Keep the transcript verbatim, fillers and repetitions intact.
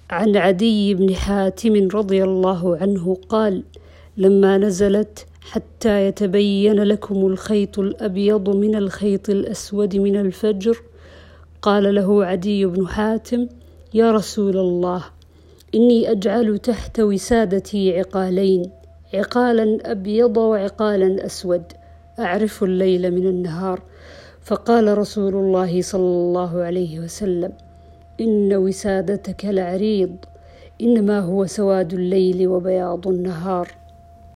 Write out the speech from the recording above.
عن عدي بن حاتم رضي الله عنه قال: لما نزلت حتى يتبين لكم الخيط الأبيض من الخيط الأسود من الفجر، قال له عدي بن حاتم: يا رسول الله، إني أجعل تحت وسادتي عقالين، عقالا أبيض وعقالا أسود، أعرف الليل من النهار. فقال رسول الله صلى الله عليه وسلم: إن وسادتك لعريض، إنما هو سواد الليل وبياض النهار.